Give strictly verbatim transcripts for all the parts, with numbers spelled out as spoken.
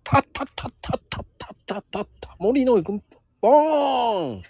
たたたたたたたたた森のくんボーン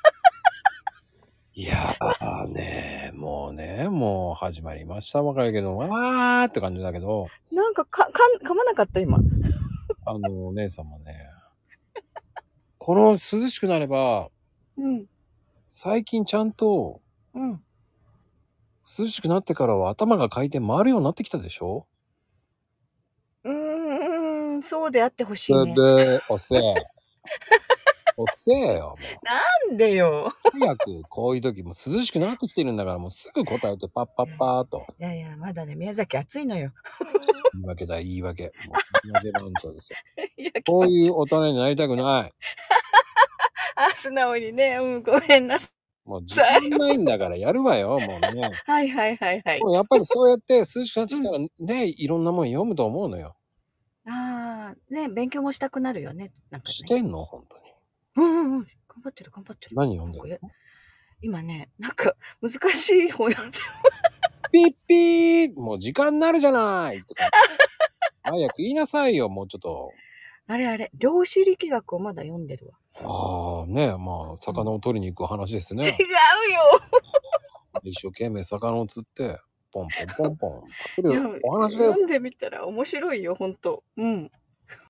いやーねもうねもう始まりましたわかるけどわーって感じだけどなんかかか噛まなかった今。 あのお姉さんもねこの涼しくなれば、 うん、 最近ちゃんとうん。 涼しくなってからは頭が回転回るようになってきたでしょ。 うーん、そうであってほしいで、 ね。 で、おせえ。おせえよ、もなんでよ。 う。早くこういう時も涼しくなってきてるんだからもうすぐ答えてパッパッパーと。 いやいや、まだね、宮崎暑いのよ。 言い訳だ、言い訳。もう言い訳番長ですよ。 いや、 こういう大人になりたくない。 あ、素直にね、うん、ごめんなさもう時間い。 ないんだからやるわよ、もうね。 はいはいはいはい。 もうやっぱりそうやって涼しくなってきたうん。 らね、いろんなもん読むと思うのよ。 ああ、ね、勉強もしたくなるよね、なんかね。 してんの本当に。 うんうんうん。頑張ってる頑張ってる。 何読んなんかやでんの。 今ね、なんか難しい本読んでる。 ピッピーもう時間になるじゃないとか。早く言いなさいよ、もうちょっと。 あれあれ、量子力学をまだ読んでるわ。 ああ、ねまあ、 うん。 魚を取りに行く話です違ね。 うよ。 一生懸命魚を釣って、ポンポンポンポン、食べいや、 るお話です。 読んでみたら面白いよ、ほんと。うん。